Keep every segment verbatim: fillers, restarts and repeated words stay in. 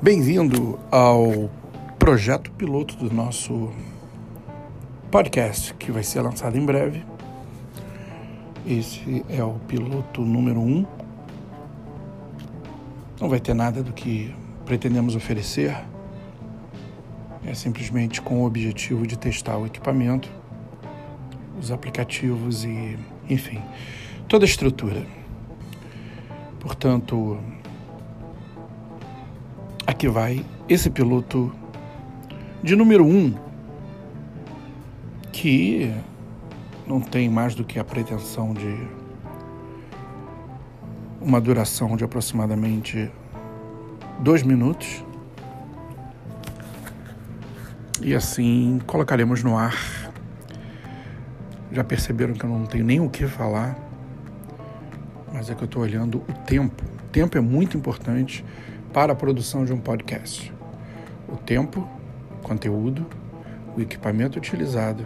Bem-vindo ao projeto piloto do nosso podcast, que vai ser lançado em breve. Esse é o piloto número um. Não vai ter nada do que pretendemos oferecer. É simplesmente com o objetivo de testar o equipamento, os aplicativos e, enfim, toda a estrutura. Portanto, aqui vai esse piloto de número um, que não tem mais do que a pretensão de uma duração de aproximadamente dois minutos. E assim colocaremos no ar. Já perceberam que eu não tenho nem o que falar, mas é que eu estou olhando o tempo. O tempo é muito importante para a produção de um podcast. O tempo, o conteúdo, o equipamento utilizado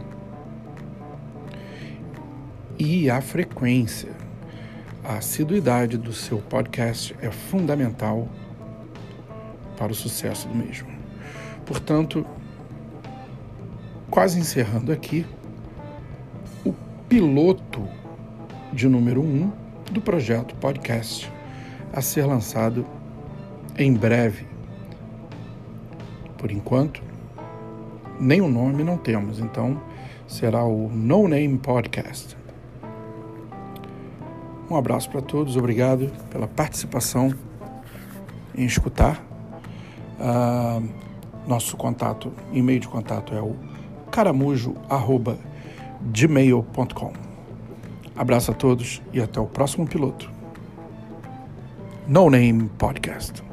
e a frequência, a assiduidade do seu podcast é fundamental para o sucesso do mesmo. Portanto, quase encerrando aqui, o piloto de número um do projeto podcast a ser lançado em breve. Por enquanto, nem o nome não temos, então será o No Name Podcast. Um abraço para todos, obrigado pela participação em escutar. Uh, nosso contato, e-mail de contato é o caramujo arroba gmail ponto com. Abraço a todos e até o próximo piloto. No Name Podcast.